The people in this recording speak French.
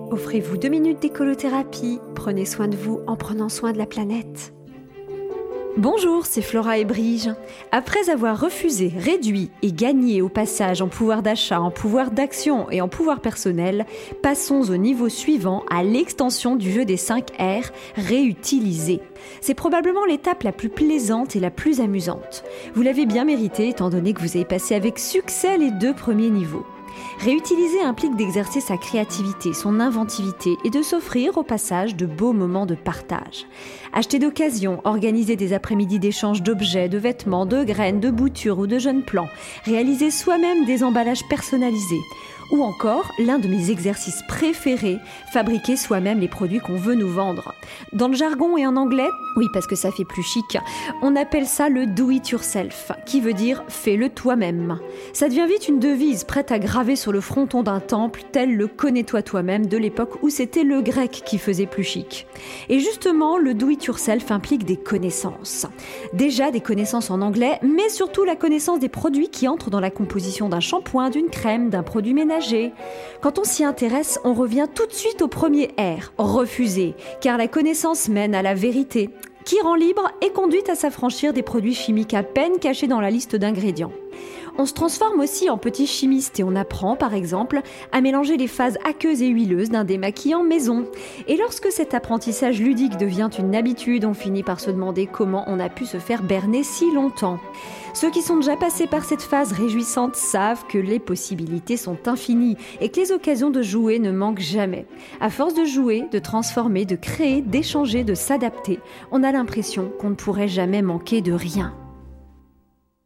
Offrez-vous 2 minutes d'écolothérapie. Prenez soin de vous en prenant soin de la planète. Bonjour, c'est Flora et Brige. Après avoir refusé, réduit et gagné au passage en pouvoir d'achat, en pouvoir d'action et en pouvoir personnel, passons au niveau suivant, à l'extension du jeu des 5 R, réutiliser. C'est probablement l'étape la plus plaisante et la plus amusante. Vous l'avez bien mérité étant donné que vous avez passé avec succès les 2 premiers niveaux. Réutiliser implique d'exercer sa créativité, son inventivité et de s'offrir au passage de beaux moments de partage. Acheter d'occasion, organiser des après-midi d'échange d'objets, de vêtements, de graines, de boutures ou de jeunes plants, réaliser soi-même des emballages personnalisés. Ou encore, l'un de mes exercices préférés, fabriquer soi-même les produits qu'on veut nous vendre. Dans le jargon et en anglais, oui parce que ça fait plus chic, on appelle ça le do it yourself, qui veut dire fais-le toi-même. Ça devient vite une devise prête à graver sur le fronton d'un temple, tel le connais-toi toi-même de l'époque où c'était le grec qui faisait plus chic. Et justement, le do it yourself implique des connaissances. Déjà des connaissances en anglais, mais surtout la connaissance des produits qui entrent dans la composition d'un shampoing, d'une crème, d'un produit ménager. Quand on s'y intéresse, on revient tout de suite au premier R, refuser, car la connaissance mène à la vérité, qui rend libre et conduit à s'affranchir des produits chimiques à peine cachés dans la liste d'ingrédients. On se transforme aussi en petit chimiste et on apprend, par exemple, à mélanger les phases aqueuses et huileuses d'un démaquillant maison. Et lorsque cet apprentissage ludique devient une habitude, on finit par se demander comment on a pu se faire berner si longtemps. Ceux qui sont déjà passés par cette phase réjouissante savent que les possibilités sont infinies et que les occasions de jouer ne manquent jamais. À force de jouer, de transformer, de créer, d'échanger, de s'adapter, on a l'impression qu'on ne pourrait jamais manquer de rien.